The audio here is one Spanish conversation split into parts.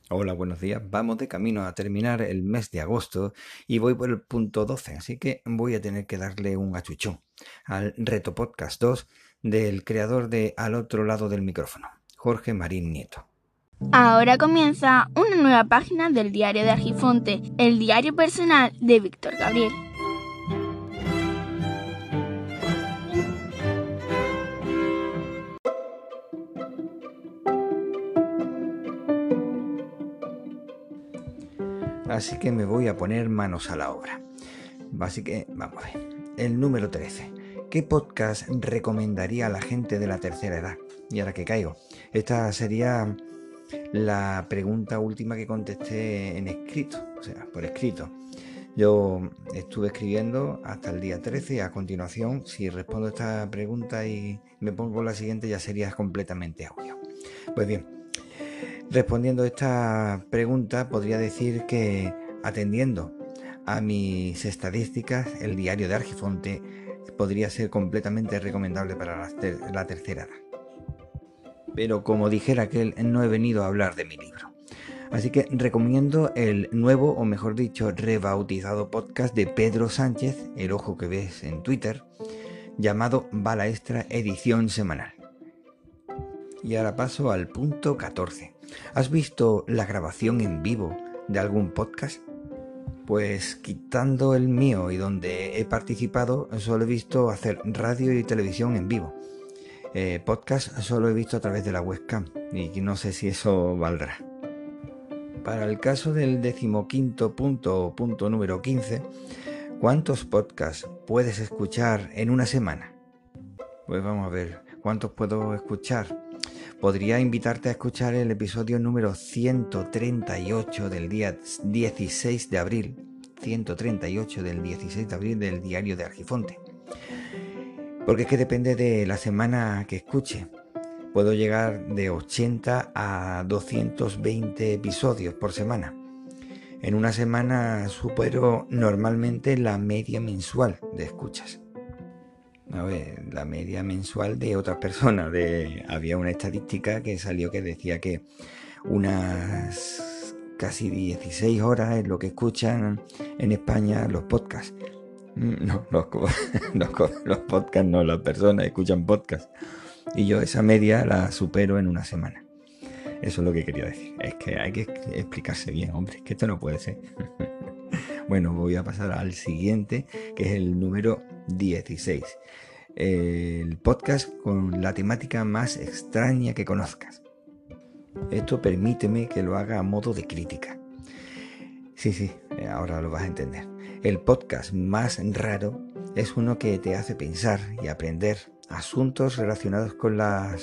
Hola, buenos días. Vamos de camino a terminar el mes de agosto y voy por el punto 12, así que voy a tener que darle un achuchón al Reto Podcast 2 del creador de Al otro lado del micrófono, Jorge Marín Nieto. Ahora comienza una nueva página del Diario de Argifonte, el diario personal de Víctor Gabriel. Así que me voy a poner manos a la obra. Así que vamos a ver. El número 13. ¿Qué podcast recomendaría a la gente de la tercera edad? Y ahora que caigo. Esta sería la pregunta última que contesté en escrito, o sea, por escrito. Yo estuve escribiendo hasta el día 13 y a continuación, si respondo esta pregunta y me pongo la siguiente, ya sería completamente audio. Pues bien, respondiendo a esta pregunta, podría decir que atendiendo a mis estadísticas, el diario de Argifonte podría ser completamente recomendable para la tercera edad. Pero como dijera aquel, no he venido a hablar de mi libro. Así que recomiendo el nuevo, o mejor dicho, rebautizado podcast de Pedro Sánchez, el ojo que ves en Twitter, llamado Bala Extra Edición Semanal. Y ahora paso al punto 14. ¿Has visto la grabación en vivo de algún podcast? Pues quitando el mío y donde he participado, solo he visto hacer radio y televisión en vivo. Podcast solo he visto a través de la webcam y no sé si eso valdrá. Para el caso del 15º punto número 15, ¿cuántos podcasts puedes escuchar en una semana? Pues vamos a ver, ¿cuántos puedo escuchar? Podría invitarte a escuchar el episodio número 138 del día 16 de abril, 138 del 16 de abril del diario de Argifonte. Porque es que depende de la semana que escuche. Puedo llegar de 80 a 220 episodios por semana. En una semana supero normalmente la media mensual de escuchas. A ver, la media mensual de otras personas. Había una estadística que salió que decía que unas casi 16 horas es lo que escuchan en España los podcasts. No, los podcasts no, las personas escuchan podcasts. Y yo esa media la supero en una semana. Eso es lo que quería decir. Es que hay que explicarse bien, hombre, es que esto no puede ser. Bueno, voy a pasar al siguiente, que es el número 16. El podcast con la temática más extraña que conozcas. Esto permíteme que lo haga a modo de crítica. Sí, ahora lo vas a entender. El podcast más raro es uno que te hace pensar y aprender asuntos relacionados con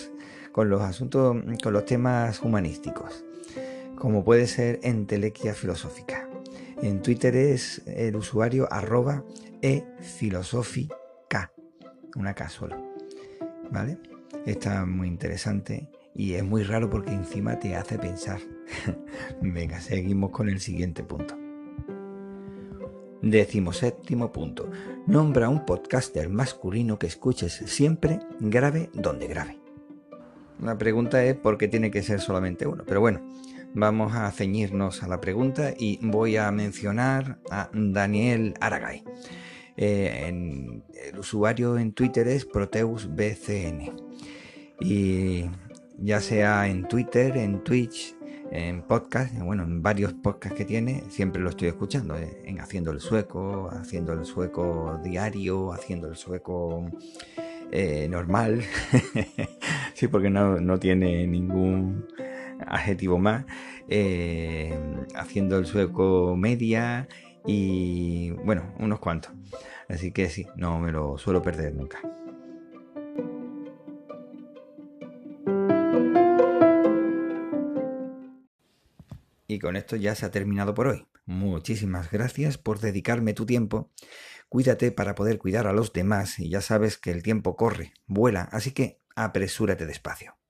los temas humanísticos, como puede ser entelequia filosófica. En Twitter es el usuario @efilosófica, una K solo, ¿vale? Está muy interesante y es muy raro porque encima te hace pensar. Venga, seguimos con el siguiente punto. 17º punto. Nombra un podcaster masculino que escuches siempre, grave donde grave. La pregunta es por qué tiene que ser solamente uno, pero bueno, vamos a ceñirnos a la pregunta y voy a mencionar a Daniel Aragay. El usuario en Twitter es ProteusBCN. Y ya sea en Twitter, en Twitch, en podcast, bueno, en varios podcasts que tiene, siempre lo estoy escuchando, en Haciendo el Sueco diario, Haciendo el Sueco normal, sí, porque no tiene ningún adjetivo más, Haciendo el Sueco media y bueno, unos cuantos. Así que sí, no me lo suelo perder nunca. Y con esto ya se ha terminado por hoy. Muchísimas gracias por dedicarme tu tiempo. Cuídate para poder cuidar a los demás y ya sabes que el tiempo corre, vuela, así que apresúrate despacio.